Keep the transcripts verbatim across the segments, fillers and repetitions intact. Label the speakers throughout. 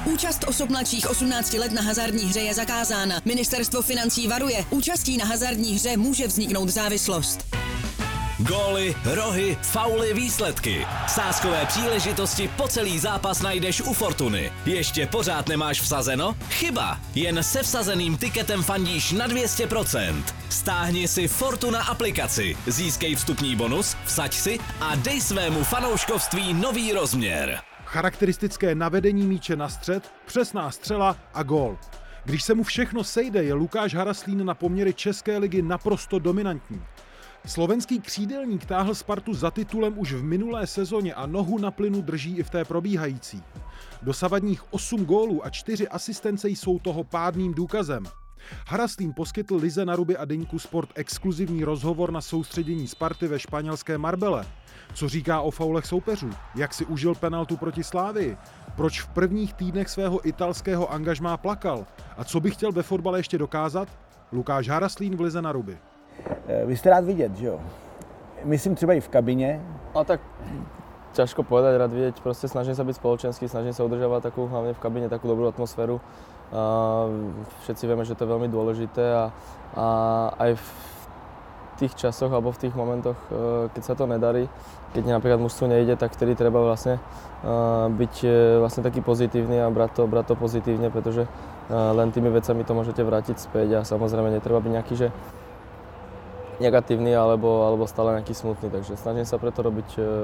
Speaker 1: Účast osob mladších osmnácti let na hazardní hře je zakázána. Ministerstvo financí varuje, účastí na hazardní hře může vzniknout závislost.
Speaker 2: Góly, rohy, fauly, výsledky. Sázkové příležitosti po celý zápas najdeš u Fortuny. Ještě pořád nemáš vsazeno? Chyba! Jen se vsazeným tiketem fandíš na dvě stě procent. Stáhni si Fortuna aplikaci, získej vstupní bonus, vsaď si a dej svému fanouškovství nový rozměr.
Speaker 3: Charakteristické navedení míče na střed, přesná střela a gól. Když se mu všechno sejde, je Lukáš Haraslín na poměry České ligy naprosto dominantní. Slovenský křídelník táhl Spartu za titulem už v minulé sezóně a nohu na plynu drží i v té probíhající. Dosavadních osm gólů a čtyři asistence jsou toho pádným důkazem. Haraslín poskytl lize na ruby a deníku Sport exkluzivní rozhovor na soustředění Sparty ve španělské Marbelle. Co říká o faulech soupeřů? Jak si užil penaltu proti Slávii? Proč v prvních týdnech svého italského angažmá plakal? A co by chtěl ve fotbale ještě dokázat? Lukáš Haraslín v lize na ruby.
Speaker 4: Vy jste rád vidět, že jo? Myslím třeba i v kabině.
Speaker 5: A tak ťažko povedať, rád vidieť, proste snažím sa byť spoločenský, snažím sa udržovať takú, hlavne v kabine, takú dobrú atmosféru. A všetci vieme, že to je veľmi dôležité a, a aj v tých časoch alebo v tých momentoch, keď sa to nedarí, keď napríklad mužstvu nejde, tak vtedy treba vlastne byť vlastne taký pozitívny a brať to, brať to pozitívne, pretože len tými vecami to môžete vrátiť späť a samozrejme netreba byť nejaký, že negatívny alebo, alebo stále nejaký smutný, takže snažím sa preto robiť, e,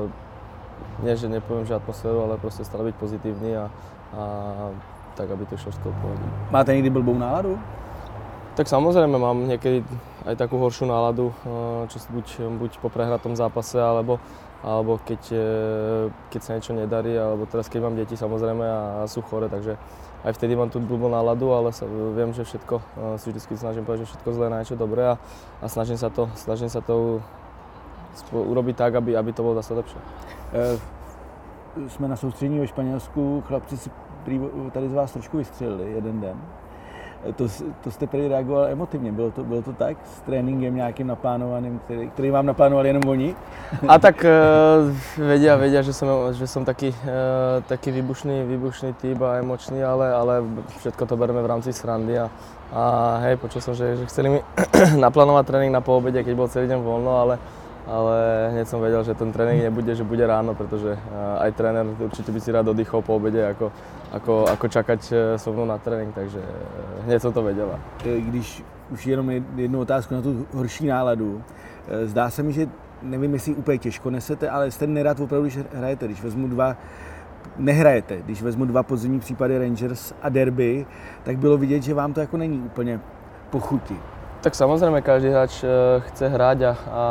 Speaker 5: nie že nepoviem, že atmosféru, ale proste stále byť pozitívny a, a tak, aby to išlo všetko v pohode.
Speaker 4: Máte niekdy blbou náladu?
Speaker 5: Tak samozrejme mám niekedy aj takú horšiu náladu, čo buď, buď po prehratom zápase, alebo, alebo keď, keď sa niečo nedarí, alebo teraz keď mám deti samozrejme a, a sú chore, takže aj vtedy mám tú blbú náladu, ale sa, viem, že všetko, si vždy snažím povedať, že všetko zlé na niečo dobré a, a snažím sa to, snažím sa to urobiť tak, aby, aby to bolo zase lepšie.
Speaker 4: E, jsme na soustředění ve Španělsku, chlapci si tady z vás trošku vystřelili jeden den. To, to jste prý reagoval emotivně, bylo to, bylo to tak s tréninkem nějakým naplánovaným, který, který vám naplánovali jenom oni?
Speaker 5: A tak uh, vedia, vedia, že som, že som taký, uh, taký výbušný, výbušný typ a emočný, ale, ale všetko to bereme v rámci srandy a, a hej, počul som, že, že chceli mi naplánovať trénink na poobede, keď bol celý deň voľno, ale ale hneď som vedel, že ten trénink nebude, že bude ráno, pretože aj tréner určite by si rád oddychol po obede, ako, ako, ako čakať so mnou na trénink, takže hneď som to vedela.
Speaker 4: Když už jenom jednu otázku na tu horší náladu, zdá se mi, že nevím, jestli úplně těžko nesete, ale jste nerad opravdu, když hrajete, když vezmu dva, nehrajete, když vezmu dva podzimní případy Rangers a derby, tak bylo vidět, že vám to jako není úplně po chuti.
Speaker 5: Tak samozrejme, každý hráč chce hrať a, a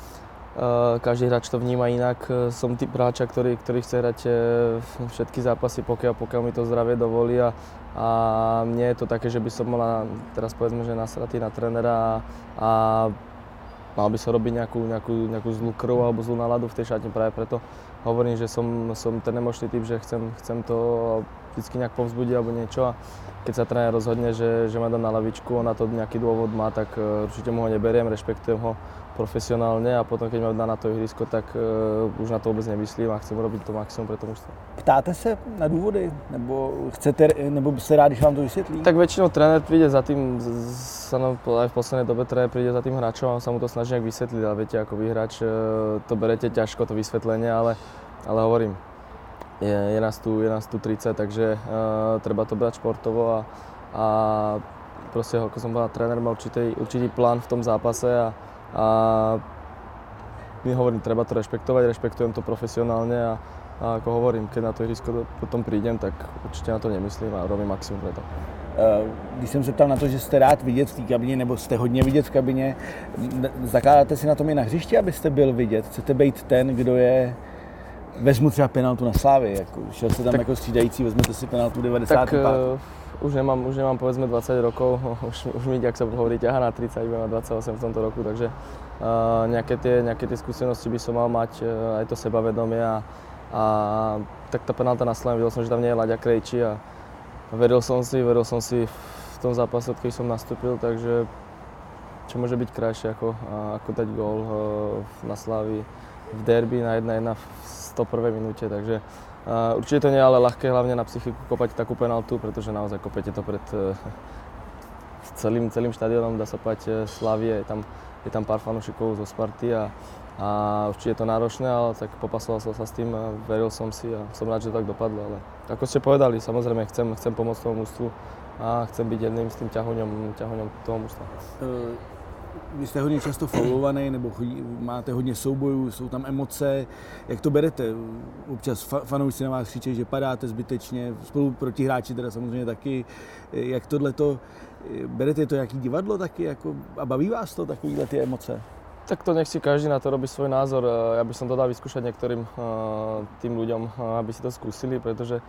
Speaker 5: každý hráč to vníma inak. Som typ hráča, ktorý, ktorý chce hrať všetky zápasy, pokiaľ, pokiaľ mi to zdravie dovolí a, a nie je to také, že by som mal na, teraz povedzme, že nasratý na trénera a, a mal by som robiť nejakú, nejakú, nejakú zlú krv alebo zlú náladu v tej šatni. Práve preto hovorím, že som, som ten emočný typ, že chcem, chcem to vždycky nejak povzbudiť alebo niečo a keď sa tréner rozhodne, že, že ma dá na lavičku, on na to nejaký dôvod má, tak určite mu ho neberiem, rešpektujem ho profesionálne a potom, keď ma dá na to ihrisko, tak uh, už na to vôbec nemyslím a chcem robiť to maximum pre to mužstvo.
Speaker 4: Ptáte se na důvody? Nebo chcete, nebo byste rád, když vám to vysvětlí?
Speaker 5: Tak väčšinou tréner príde za tým, sa nám aj v poslednej dobe tréner príde za tým hráčom a sa mu to snaží nejak vysvetliť, ale viete, ako vy hráč to berete ťažko, to vysvetlenie, ale, ale hovorím, je, je, nás tu, je nás tu tridsať, takže uh, treba to brať športovo a, a proste, ako som povedal, tréner má určitý, určitý plán v tom zápase a a my hovorím, treba to rešpektovať, rešpektujem to profesionálne a, a ako hovorím, keď na to ihrisko potom prídem, tak určite na to nemyslím a robím maximum pre to.
Speaker 4: Když jsem se ptal na to, že jste rád vidět v té kabině, nebo jste hodně vidět v kabině, zakládáte si na tom i na hřišti, abyste byl vidět? Chcete být ten, kdo je... Vezmu třeba penaltu na Slávii, jako, šel jste tam tak, jako střídající, vezmete si penaltu devadesát pět.
Speaker 5: Tak uh, už nemám, už nemám povedzme dvadsať rokov, už, už mi, jak sa hovorí, ťaha na tridsať, budem na dvadsaťosem v tomto roku, takže uh, nejaké, tie, nejaké tie skúsenosti by som mal mať, uh, aj to sebavedomie a, a tak tá penalta na Slávii, videl som, že tam nie je Laďa Krejčí a veril som si, veril som si v tom zápase, odkedy som nastúpil, takže čo môže byť krajšie ako, ako dať gól uh, na Slávii v derby na jedna jedna v sto prvej minúte, takže uh, určite to nie je ale ľahké, hlavne na psychiku kopať takú penaltu, pretože naozaj kopete to pred uh, celým, celým štadiónom, dá sa povedať, Slavie, je tam, je tam pár fanúšikov zo Sparty a, a určite je to náročné, ale tak popasoval som sa s tým a veril som si a som rád, že to tak dopadlo, ale ako ste povedali, samozrejme chcem, chcem pomôcť tomu mužstvu a chcem byť jedným s tým ťahoňom, ťahoňom toho mužstva. Uh.
Speaker 4: Vy jste hodně často faulovaný, nebo chodí, máte hodně soubojů, jsou tam emoce. Jak to berete? Občas fa- fanoušci na vás křičí, že padáte zbytečně, spolu protihráči teda samozřejmě taky. Jak tohleto, berete to jaký divadlo taky, jako, a baví vás to takovýhle ty emoce?
Speaker 5: Tak to nech si každý na to robí svoj názor. Ja by som to dal vyskúšať niektorým tým ľuďom, aby si to skúsili, pretože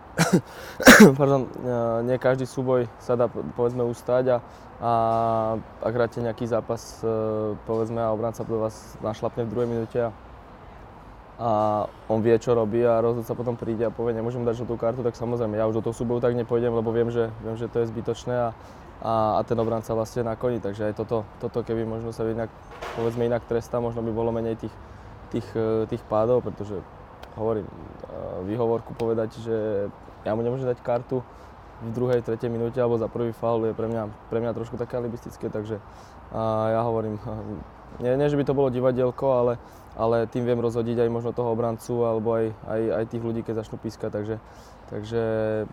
Speaker 5: pardon, nie každý súboj sa dá povedzme ustať a, a ak hráte nejaký zápas povedzme a obranca do vás našlapne v druhej minúte a, a on vie, čo robí a rozhodca potom príde a povie, nemôžem dať žltú kartu, tak samozrejme ja už do toho súboju tak nepôjdem, lebo viem, že, viem, že to je zbytočné a, a, a ten obranca vlastne na koni, takže aj toto, toto keby možno sa inak, povedzme inak trestá, možno by bolo menej tých, tých, tých pádov, pretože hovorím, výhovorku povedať, že ja mu nemôžem dať kartu v druhej, tretej minúte alebo za prvý faul je pre mňa, pre mňa trošku také alibistické, takže ja hovorím, nie, nie že by to bolo divadielko, ale, ale tým viem rozhodiť aj možno toho obrancu alebo aj, aj, aj tých ľudí, keď začnú pískať, takže, takže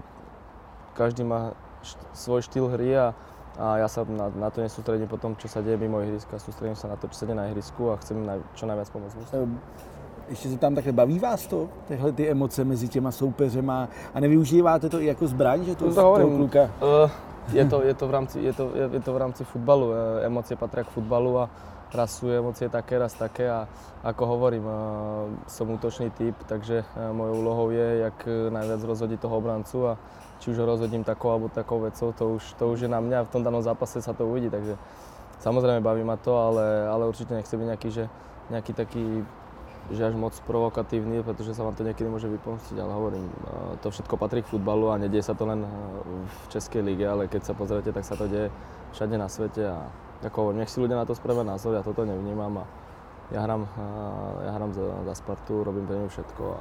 Speaker 5: každý má št- svoj štýl hry a, a ja sa na, na to nesústredím po tom, čo sa deje mimo ihriska, sústredím sa na to, čo sa deje na ihrisku a chcem naj, čo najviac pomôcť.
Speaker 4: Ještě se tam takhle, baví vás to, tyhle ty emoce mezi těma soupeřema a nevyužíváte to i jako zbraň, že to,
Speaker 5: to
Speaker 4: z toho
Speaker 5: hovorím,
Speaker 4: kluka?
Speaker 5: Uh, je, to, je, to v rámci, je, to, je, je to v rámci futbalu, emócie patria k futbalu a raz sú emócie také, raz také a ako hovorím, uh, som útočný typ, takže uh, mojou úlohou je, jak najviac rozhodiť toho obrancu a či už ho rozhodím takou alebo takou vecou, to už, to už je na mňa, v tom danom zápase sa to uvidí, takže samozrejme baví ma to, ale, ale určite nechcem byť nejaký, že, nejaký taký že až moc provokatívny, pretože sa vám to niekedy môže vypomstiť, ale hovorím, to všetko patrí k futbalu a nedieje sa to len v Českej lige, ale keď sa pozriete, tak sa to deje všade na svete a ako hovorím, nech si ľudia na to spravia názor, ja toto nevnímam a ja hrám, ja hrám za, za Spartu, robím pre ňu všetko. A...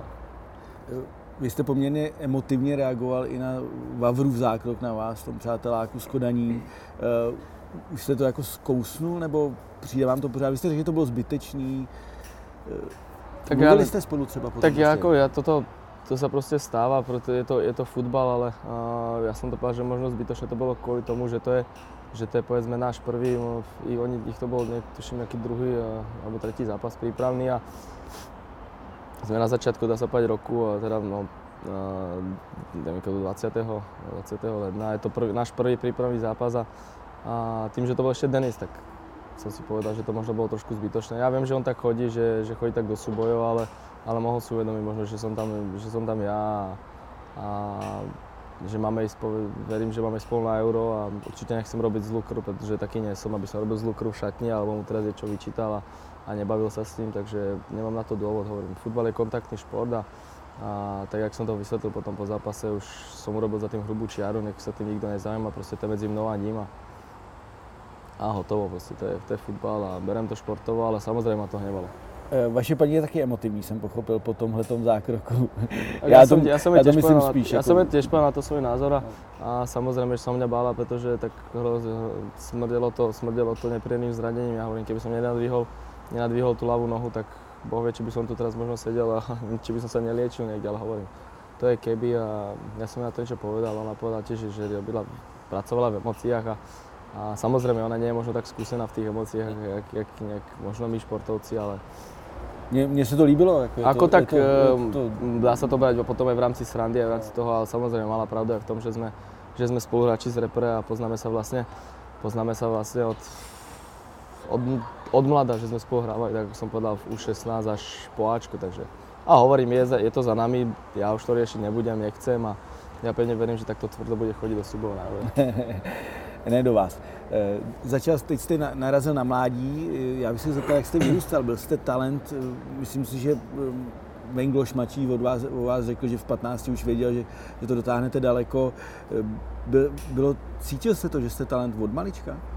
Speaker 4: Vy jste poměrně emotivně reagoval i na Vavrův zákrok na vás, v tom přáteláku s Kodaní. Uh, už jste to jako zkousnul, nebo přijde vám to pořád? Vy jste řekli, že to bylo zbytečný.
Speaker 5: Tak
Speaker 4: Mluvili
Speaker 5: ja,
Speaker 4: ste spolu třeba potom?
Speaker 5: Tak ja ako, ja toto, to sa proste stáva, preto je to, je to futbal, ale uh, ja som to povedal, že možno zbytočne to bolo kvôli tomu, že to je, že to je povedzme náš prvý, no, i oni, ich to bol, netuším, nejaký druhý uh, alebo tretí zápas prípravný a sme na začiatku, dá sa povedať, roku, a teda no, uh, neviem, dvadsiateho ledna, je to prvý, náš prvý prípravný zápas a, a tým, že to bol ešte Denis, tak som si povedal, že to možno bolo trošku zbytočné. Ja viem, že on tak chodí, že, že chodí tak do súbojov, ale, ale mohol si uvedomiť možno, že som tam, že som tam ja a, a že máme ísť, verím, že máme spolu na Euro a určite nechcem robiť zlú krv, pretože taký nie som, aby som robil zlú krv v šatni alebo mu teraz niečo vyčítal a, a nebavil sa s ním, takže nemám na to dôvod, hovorím. Futbal je kontaktný šport a, a tak, jak som to vysvetlil potom po zápase, už som urobil za tým hrubú čiaru, nech sa tým nikto nezaujíma, proste to je medzi mnou a ním. A, a hotovo, prostě to je, to je futbal a berem to športovo, ale samozřejmě ma to hnevalo.
Speaker 4: Vaše paní je taky emotivní, jsem pochopil po tomhletom zákroku.
Speaker 5: Já, já, som, ja som
Speaker 4: já to
Speaker 5: myslím
Speaker 4: povedal,
Speaker 5: spíš. Ja
Speaker 4: jako...
Speaker 5: som tiež povedal na to svoj názor a, a samozrejme, že som mňa bála, pretože tak hroz, smrdelo to, smrdelo to nepríjemným zranením. Ja hovorím, keby som nenadvihol, nenadvihol tú ľavú nohu, tak Boh vie, či by som tu teraz možno sedel a či by som sa neliečil niekde, ale hovorím. To je keby a ja som na to niečo povedal, ona povedala tiež, že robila, pracovala v emóciách a A samozrejme, ona nie je možno tak skúsená v tých emóciách, jak, jak, jak možno my športovci, ale...
Speaker 4: Mne sa to líbilo. Ako,
Speaker 5: ako
Speaker 4: to,
Speaker 5: tak,
Speaker 4: to, to...
Speaker 5: dá sa to brať potom aj v rámci srandy, aj v rámci toho, ale samozrejme mala pravdu aj v tom, že sme, že sme spoluhráči z repre a poznáme sa vlastne, poznáme sa vlastne od, od, od mlada, že sme spolu hrávali, tak som povedal v ú šestnásť až po Ačko, takže... A hovorím, je, je to za nami, ja už to riešiť nebudem, nechcem a ja pevne verím, že takto tvrdo bude chodiť do súbov na Euro.
Speaker 4: Ne do vás. E, začal, teď jste na, narazil na mládí, e, já bych se zeptal, jak jste vyrůstal, byl jste talent, e, myslím si, že e, Mengloš mladší od vás, o vás řekl, že v patnácti už věděl, že, že to dotáhnete daleko. E, byl, bylo, cítil jste to, že jste talent od malička?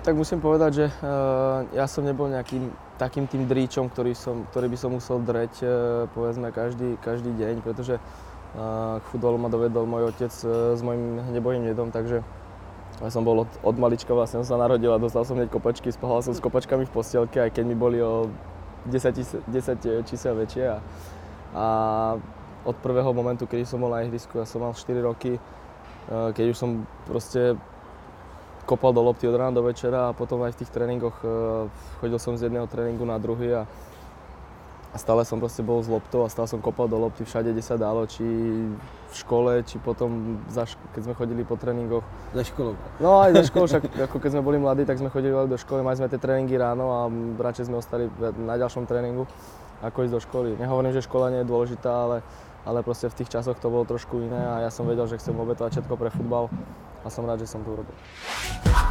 Speaker 5: Tak musím povedať, že uh, ja som nebol nejakým takým tým dríčom, ktorý, som, ktorý by som musel dreť uh, povedzme každý, každý deň, pretože uh, k futbalu ma dovedol môj otec uh, s mojím nebojím nedom, takže ja som bol od, od malička, vlastne som sa narodil a dostal som hneď kopačky, spával som s kopačkami v postielke, aj keď mi boli o desať čísel väčšie. A, a od prvého momentu, keď som bol na ihrisku, ja som mal štyri roky, uh, keď už som proste kopal do lopty od rána do večera a potom aj v tých tréningoch chodil som z jedného tréningu na druhý a, a stále som proste bol s loptou a stále som kopal do lopty všade, kde sa dalo, či v škole, či potom, za šk- keď sme chodili po tréningoch.
Speaker 4: Za školou?
Speaker 5: No aj za školou, však ako keď sme boli mladí, tak sme chodili do školy, mali sme tie tréningy ráno a radšej sme ostali na ďalšom tréningu, ako ísť do školy. Nehovorím, že škola nie je dôležitá, ale, ale proste v tých časoch to bolo trošku iné a ja som vedel, že chcem obetovať všetko pre futbal. A som rád, že som to urobil.